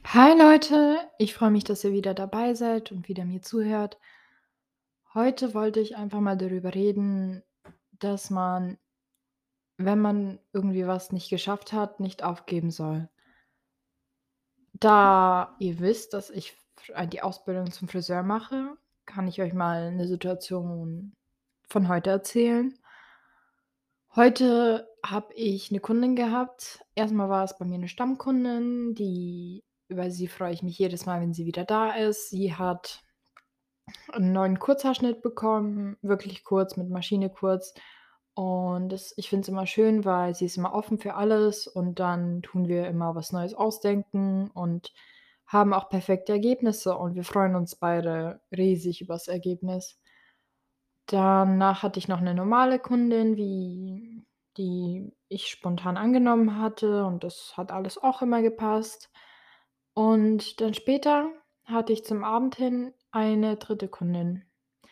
Hi Leute, ich freue mich, dass ihr wieder dabei seid und wieder mir zuhört. Heute wollte ich einfach mal darüber reden, dass man, wenn man irgendwie was nicht geschafft hat, nicht aufgeben soll. Da ihr wisst, dass ich die Ausbildung zum Friseur mache, kann ich euch mal eine Situation von heute erzählen. Heute habe ich eine Kundin gehabt. Erstmal war es bei mir eine Stammkundin, die über sie freue ich mich jedes Mal, wenn sie wieder da ist. Sie hat 'n neuen Kurzhaarschnitt bekommen, wirklich kurz, mit Maschine kurz. Und das ich finde es immer schön, weil sie ist immer offen für alles und dann tun wir immer was Neues ausdenken und haben auch perfekte Ergebnisse und wir freuen uns beide riesig übers Ergebnis. Danach hatte ich noch 'ne normale Kundin, die ich spontan angenommen hatte und das hat alles auch immer gepasst. Und dann später hatte ich zum Abend hin eine dritte Kundin.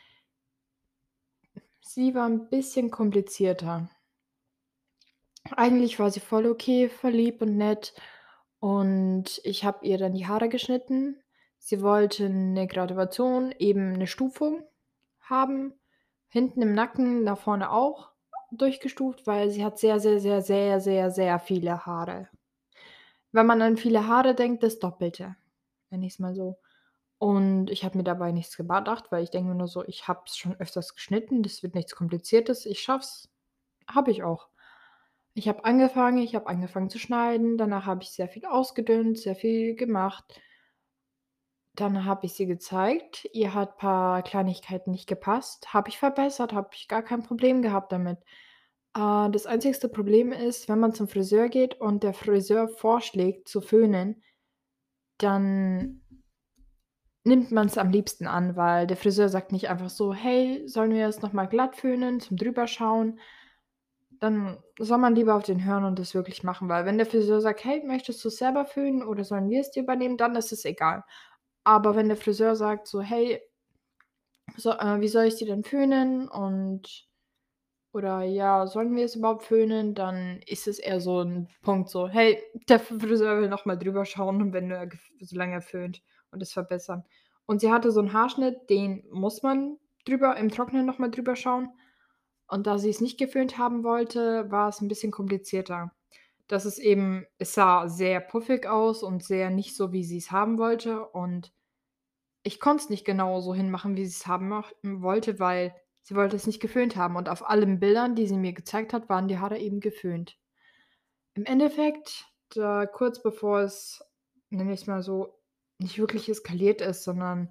Sie war 'n bisschen komplizierter. Eigentlich war sie voll okay, voll lieb und nett und ich habe ihr dann die Haare geschnitten. Sie wollte 'ne Graduation, eben 'ne Stufung haben, hinten im Nacken, nach vorne auch durchgestuft, weil sie hat sehr, sehr, sehr, sehr, sehr, sehr viele Haare. Wenn man an viele Haare denkt, das Doppelte, nenne ich's mal so. Und ich habe mir dabei nichts gedacht, weil ich denke mir nur so: „Ich habe es schon öfters geschnitten, das wird nichts Kompliziertes, ich schaffe es.“ Habe ich auch. Ich habe angefangen zu schneiden, danach habe ich sehr viel ausgedünnt, sehr viel gemacht. Dann habe ich sie gezeigt. Ihr hat paar Kleinigkeiten nicht gepasst, habe ich verbessert, habe ich gar kein Problem gehabt damit. Das einzigste Problem ist, wenn man zum Friseur geht und der Friseur vorschlägt zu föhnen, dann nimmt man's am liebsten an, weil der Friseur sagt nicht einfach so: „Hey, sollen wir es noch mal glatt föhnen zum Drüberschauen?“ Dann soll man lieber auf den hören und das wirklich machen, weil wenn der Friseur sagt: „Hey, möchtest du's selber föhnen oder sollen wir es dir übernehmen?“ Dann ist es egal. Aber wenn der Friseur sagt so: „Hey, wie soll ich die denn föhnen?“ Und oder: „Ja, sollen wir es überhaupt föhnen?“ Dann ist es eher so 'n Punkt so: „Hey, der Friseur will noch mal drüber schauen und wenn er solange er föhnt und es verbessern.“ Und sie hatte so 'n Haarschnitt, den muss man drüber im Trockenen noch mal drüber schauen. Und da sie's nicht geföhnt haben wollte, war's 'n bisschen komplizierter. Das ist eben es sah sehr puffig aus und sehr nicht so, wie sie's haben wollte und ich konnte es nicht genau so hinmachen, wie sie's haben wollte, weil sie wollte es nicht geföhnt haben und auf allen Bildern, die sie mir gezeigt hat, waren die Haare eben geföhnt. Im Endeffekt, da kurz bevor es, nenne ich's mal so, nicht wirklich eskaliert ist, sondern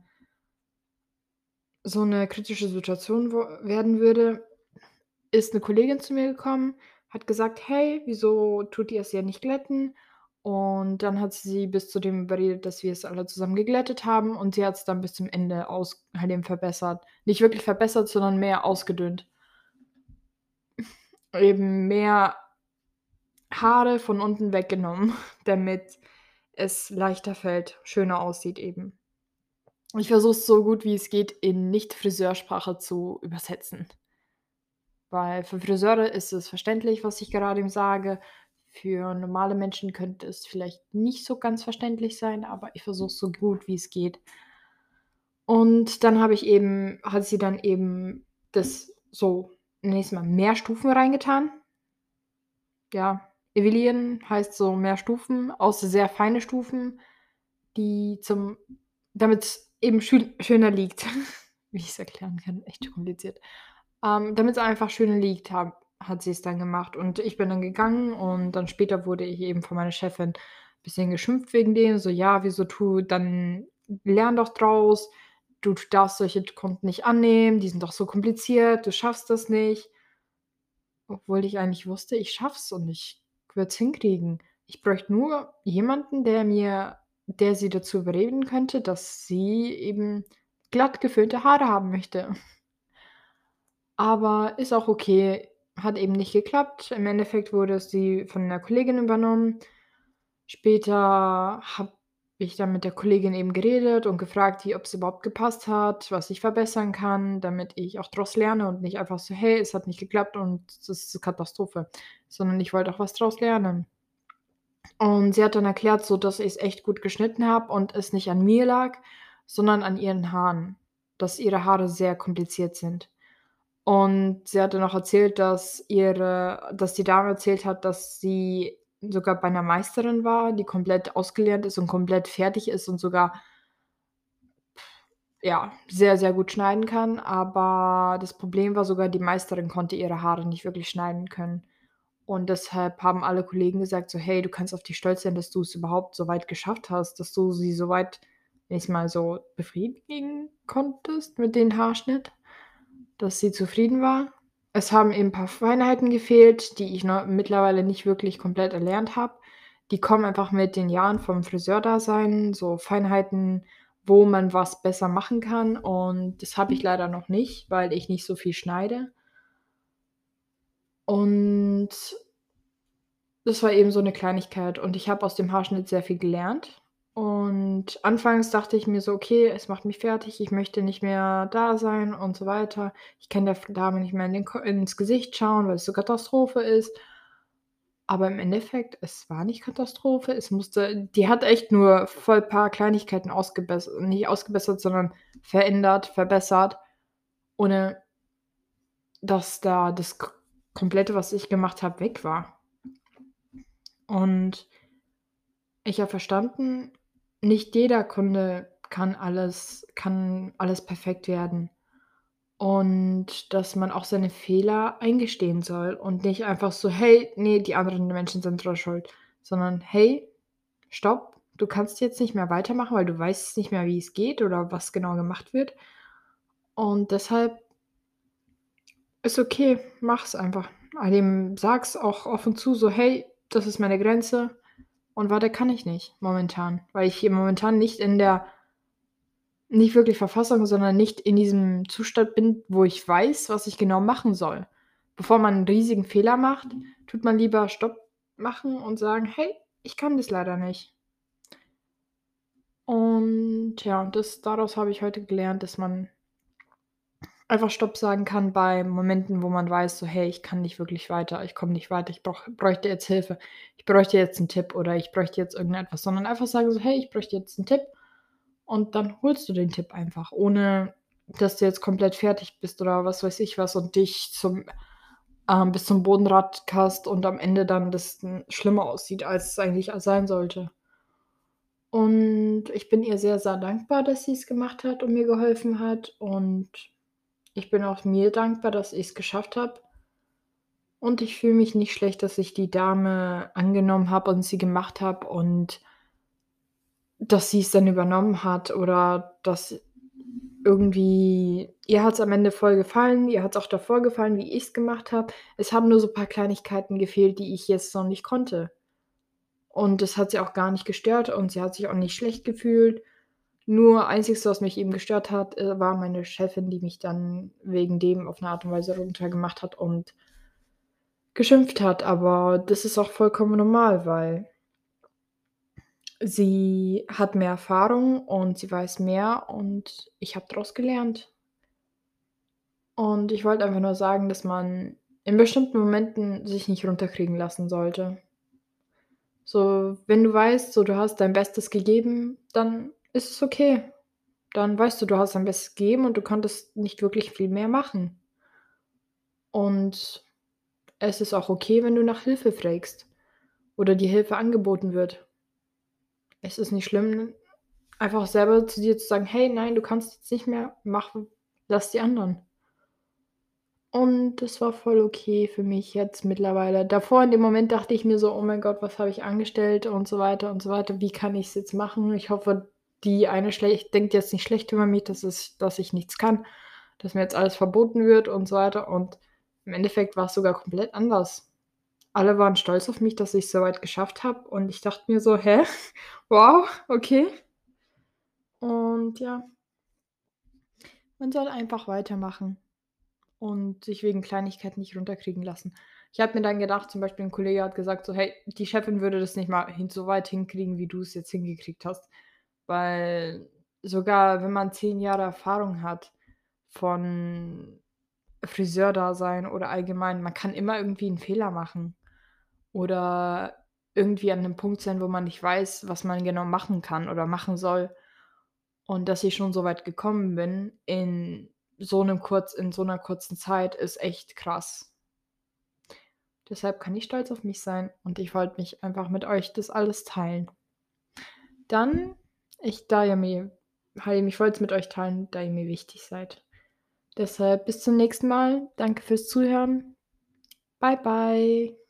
so 'ne kritische Situation werden würde, ist 'ne Kollegin zu mir gekommen, hat gesagt: „Hey, wieso tut ihr es ja nicht glätten?“ Und dann hat sie bis zu dem überredet, dass wir es alle zusammen geglättet haben und sie hat's dann bis zum Ende halt eben verbessert. Nicht wirklich verbessert, sondern mehr ausgedünnt. Eben mehr Haare von unten weggenommen, damit es leichter fällt, schöner aussieht eben. Ich versuche es so gut wie es geht in Nicht-Friseursprache zu übersetzen. Weil für Friseure ist es verständlich, was ich gerade ihm sage. Für normale Menschen könnte es vielleicht nicht so ganz verständlich sein, aber ich versuche es so gut wie es geht. Und dann hat sie dann eben das so, nächstes Mal mehr Stufen reingetan. Ja, Evelien heißt so mehr Stufen, aus sehr feine Stufen, die zum damit's eben schöner liegt, wie ich's erklären kann, echt kompliziert. Damit's einfach schöner liegt, hat sie's dann gemacht und ich bin dann gegangen und dann später wurde ich eben von meiner Chefin bisschen geschimpft wegen dem, so: „Ja, wieso dann lern doch draus. Du darfst solche Kunden nicht annehmen, die sind doch so kompliziert, du schaffst das nicht.“ Obwohl ich eigentlich wusste, ich schaffe es und ich würde es hinkriegen. Ich bräuchte nur jemanden, der sie dazu überreden könnte, dass sie eben glatt geföhnte Haare haben möchte. Aber ist auch okay, hat eben nicht geklappt. Im Endeffekt wurde es sie von 'ner Kollegin übernommen. Später habe ich dann mit der Kollegin eben geredet und gefragt, die ob's überhaupt gepasst hat, was ich verbessern kann, damit ich auch draus lerne und nicht einfach so: „Hey, es hat nicht geklappt und das ist 'ne Katastrophe“, sondern ich wollte auch was draus lernen. Und sie hat dann erklärt, so, dass ich's echt gut geschnitten habe und es nicht an mir lag, sondern an ihren Haaren, dass ihre Haare sehr kompliziert sind. Und sie hat dann auch erzählt, dass die Dame erzählt hat, dass sie sogar bei 'ner Meisterin war, die komplett ausgelernt ist und komplett fertig ist und sogar, ja, sehr, sehr gut schneiden kann. Aber das Problem war sogar, die Meisterin konnte ihre Haare nicht wirklich schneiden können. Und deshalb haben alle Kollegen gesagt so: „Hey, du kannst auf dich stolz sein, dass du's überhaupt so weit geschafft hast, dass du sie so weit, wenn ich's mal so befriedigen konntest mit dem Haarschnitt, dass sie zufrieden war.“ Es haben eben paar Feinheiten gefehlt, die ich mittlerweile nicht wirklich komplett erlernt habe. Die kommen einfach mit den Jahren vom Friseurdasein, so Feinheiten, wo man was besser machen kann, und das habe ich leider noch nicht, weil ich nicht so viel schneide. Und das war eben so 'ne Kleinigkeit, und ich habe aus dem Haarschnitt sehr viel gelernt. Und anfangs dachte ich mir so: „Okay, es macht mich fertig, ich möchte nicht mehr da sein und so weiter. Ich kann der Dame nicht mehr ins Gesicht schauen, weil es so Katastrophe ist.“ Aber im Endeffekt, es war nicht Katastrophe. Die hat echt nur voll paar Kleinigkeiten nicht ausgebessert, sondern verändert, verbessert, ohne dass da das Komplette, was ich gemacht habe, weg war. Und ich habe verstanden, nicht jeder Kunde kann alles perfekt werden, und dass man auch seine Fehler eingestehen soll und nicht einfach so: „Hey, ne, die anderen Menschen sind dran schuld“, sondern: „Hey, stopp, du kannst jetzt nicht mehr weitermachen, weil du weißt nicht mehr, wie es geht oder was genau gemacht wird, und deshalb ist okay, mach's einfach.“ Dem sag's auch offen zu, so: „Hey, das ist meine Grenze und weiter kann ich nicht momentan, weil ich hier momentan nicht wirklich Verfassung, sondern nicht in diesem Zustand bin, wo ich weiß, was ich genau machen soll.“ Bevor man 'n riesigen Fehler macht, tut man lieber Stopp machen und sagen: „Hey, ich kann das leider nicht.“ Und ja, daraus habe ich heute gelernt, dass man einfach Stopp sagen kann bei Momenten, wo man weiß, so: „Hey, ich kann nicht wirklich weiter. Ich komme nicht weiter. Ich bräuchte jetzt Hilfe. Ich bräuchte jetzt 'n Tipp oder ich bräuchte jetzt irgendetwas“, sondern einfach sagen so: „Hey, ich bräuchte jetzt 'n Tipp“, und dann holst du den Tipp einfach, ohne dass du jetzt komplett fertig bist oder was weiß ich was und dich bis zum Boden radkast und am Ende dann das, schlimmer aussieht, als es eigentlich sein sollte. Und ich bin ihr sehr, sehr dankbar, dass sie's gemacht hat und mir geholfen hat, und ich bin auch mir dankbar, dass ich's geschafft habe, und ich fühle mich nicht schlecht, dass ich die Dame angenommen habe und sie gemacht habe und dass sie's dann übernommen hat, oder dass irgendwie ihr hat's am Ende voll gefallen, ihr hat's auch davor gefallen, wie ich's gemacht habe. Es haben nur so paar Kleinigkeiten gefehlt, die ich jetzt noch nicht konnte. Und das hat sie auch gar nicht gestört und sie hat sich auch nicht schlecht gefühlt. Nur Einzigste, was mich eben gestört hat, war meine Chefin, die mich dann wegen dem auf 'ne Art und Weise runtergemacht hat und geschimpft hat. Aber das ist auch vollkommen normal, weil sie hat mehr Erfahrung und sie weiß mehr, und ich habe draus gelernt. Und ich wollte einfach nur sagen, dass man in bestimmten Momenten sich nicht runterkriegen lassen sollte. So, wenn du weißt, so, du hast dein Bestes gegeben, dann ist es okay. Dann weißt du, du hast dein Bestes gegeben und du konntest nicht wirklich viel mehr machen. Und es ist auch okay, wenn du nach Hilfe fragst oder dir Hilfe angeboten wird. Es ist nicht schlimm, einfach selber zu dir zu sagen: „Hey, nein, du kannst jetzt nicht mehr, lass die anderen.“ Und das war voll okay für mich jetzt mittlerweile. Davor in dem Moment dachte ich mir so: „Oh mein Gott, was habe ich angestellt?“ und so weiter und so weiter. „Wie kann ich's jetzt machen?“ Ich hoffe, die eine denkt jetzt nicht schlecht über mich, dass ich nichts kann, dass mir jetzt alles verboten wird und so weiter. Und im Endeffekt war's sogar komplett anders. Alle waren stolz auf mich, dass ich's so weit geschafft habe, und ich dachte mir so: „Hä? Wow, okay.“ Und ja, man soll einfach weitermachen und sich wegen Kleinigkeiten nicht runterkriegen lassen. Ich habe mir dann gedacht, zum Beispiel 'n Kollege hat gesagt so: „Hey, die Chefin würde das nicht mal so weit hinkriegen, wie du's jetzt hingekriegt hast.“ Weil sogar wenn man 10 Jahre Erfahrung hat von Friseurdasein oder allgemein, man kann immer irgendwie 'n Fehler machen oder irgendwie an 'nem Punkt sein, wo man nicht weiß, was man genau machen kann oder machen soll. Und dass ich schon so weit gekommen bin in so 'ner kurzen Zeit, ist echt krass. Deshalb kann ich stolz auf mich sein und ich wollte mich einfach mit euch das alles teilen. Dann ich wollte es mit euch teilen, da ihr mir wichtig seid. Deshalb bis zum nächsten Mal. Danke fürs Zuhören. Bye, bye.